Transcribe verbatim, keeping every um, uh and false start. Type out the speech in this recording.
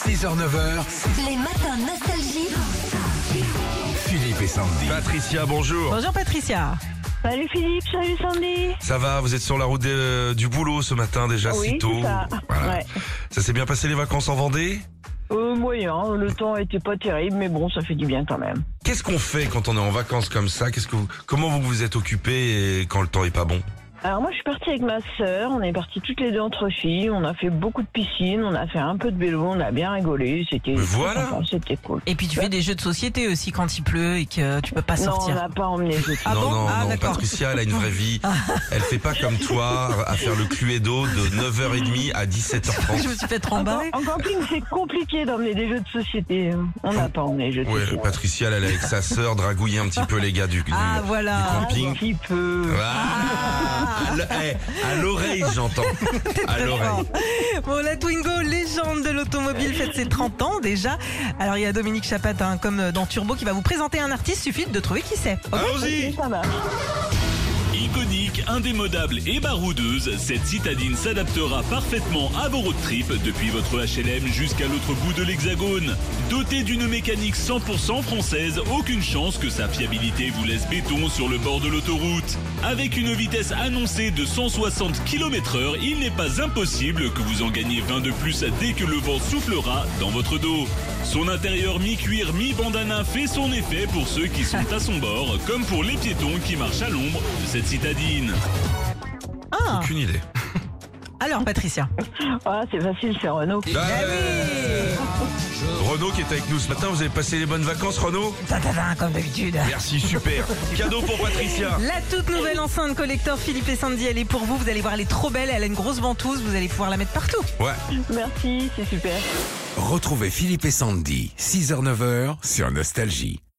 six heures neuf heures, Les matins nostalgie. Philippe et Sandy. Patricia, bonjour. Bonjour Patricia. Salut Philippe, salut Sandy. Ça va, vous êtes sur la route de- du boulot ce matin déjà Oui, si tôt. c'est ça. Voilà. Ouais. Ça s'est bien passé les vacances en Vendée? Euh, moyen, le temps était pas terrible, mais bon, ça fait du bien quand même. Qu'est-ce qu'on fait quand on est en vacances comme ça? Qu'est-ce que vous, comment vous vous êtes occupé et quand le temps est pas bon? Alors moi, je suis partie avec ma sœur, on est partis toutes les deux entre filles, on a fait beaucoup de piscine, on a fait un peu de vélo, on a bien rigolé, c'était Mais voilà. sympa, c'était cool. Et puis tu fais des jeux de société aussi quand il pleut et que tu peux pas Non, on sortir. n'a pas emmené les Ah non, bon non, Ah, non, d'accord. Patricia, elle a une vraie vie. Elle fait pas comme toi à faire le cluedo de neuf heures trente à dix-sept heures trente. Je me suis fait En, rembarrer. en camping, c'est compliqué d'emmener des jeux de société. On n'a pas emmené les jeux de Ouais, société. Patricia, elle allait avec sa sœur dragouiller un petit peu les gars du, du, Ah du voilà. camping. Un petit peu. Ah, à l'- eh, à l'oreille, j'entends. À l'oreille. Bon, la Twingo, légende de l'automobile, fête ses trente ans déjà. Alors il y a Dominique Chapatin, comme dans Turbo, qui va vous présenter un artiste, suffit de trouver qui c'est. Allons-y. Ça marche. Iconique, indémodable et baroudeuse, cette citadine s'adaptera parfaitement à vos road trips depuis votre H L M jusqu'à l'autre bout de l'Hexagone. Dotée d'une mécanique cent pour cent française, aucune chance que sa fiabilité vous laisse béton sur le bord de l'autoroute. Avec une vitesse annoncée de cent soixante kilomètres heure, il n'est pas impossible que vous en gagniez vingt de plus dès que le vent soufflera dans votre dos. Son intérieur mi-cuir, mi-bandana fait son effet pour ceux qui sont à son bord, comme pour les piétons qui marchent à l'ombre de cette citadine. Ah, Aucune idée. alors Patricia. Ah, c'est facile, c'est Renault. Eh oui. Renaud qui est avec nous ce matin, vous avez passé les bonnes vacances Renaud? Tadadin, comme d'habitude. Merci, super. Cadeau pour Patricia. La toute nouvelle enceinte collector Philippe et Sandy, elle est pour vous. Vous allez voir, elle est trop belle. Elle a une grosse ventouse. Vous allez pouvoir la mettre partout. Ouais. Merci, c'est super. Retrouvez Philippe et Sandy, six heures neuf heures sur Nostalgie.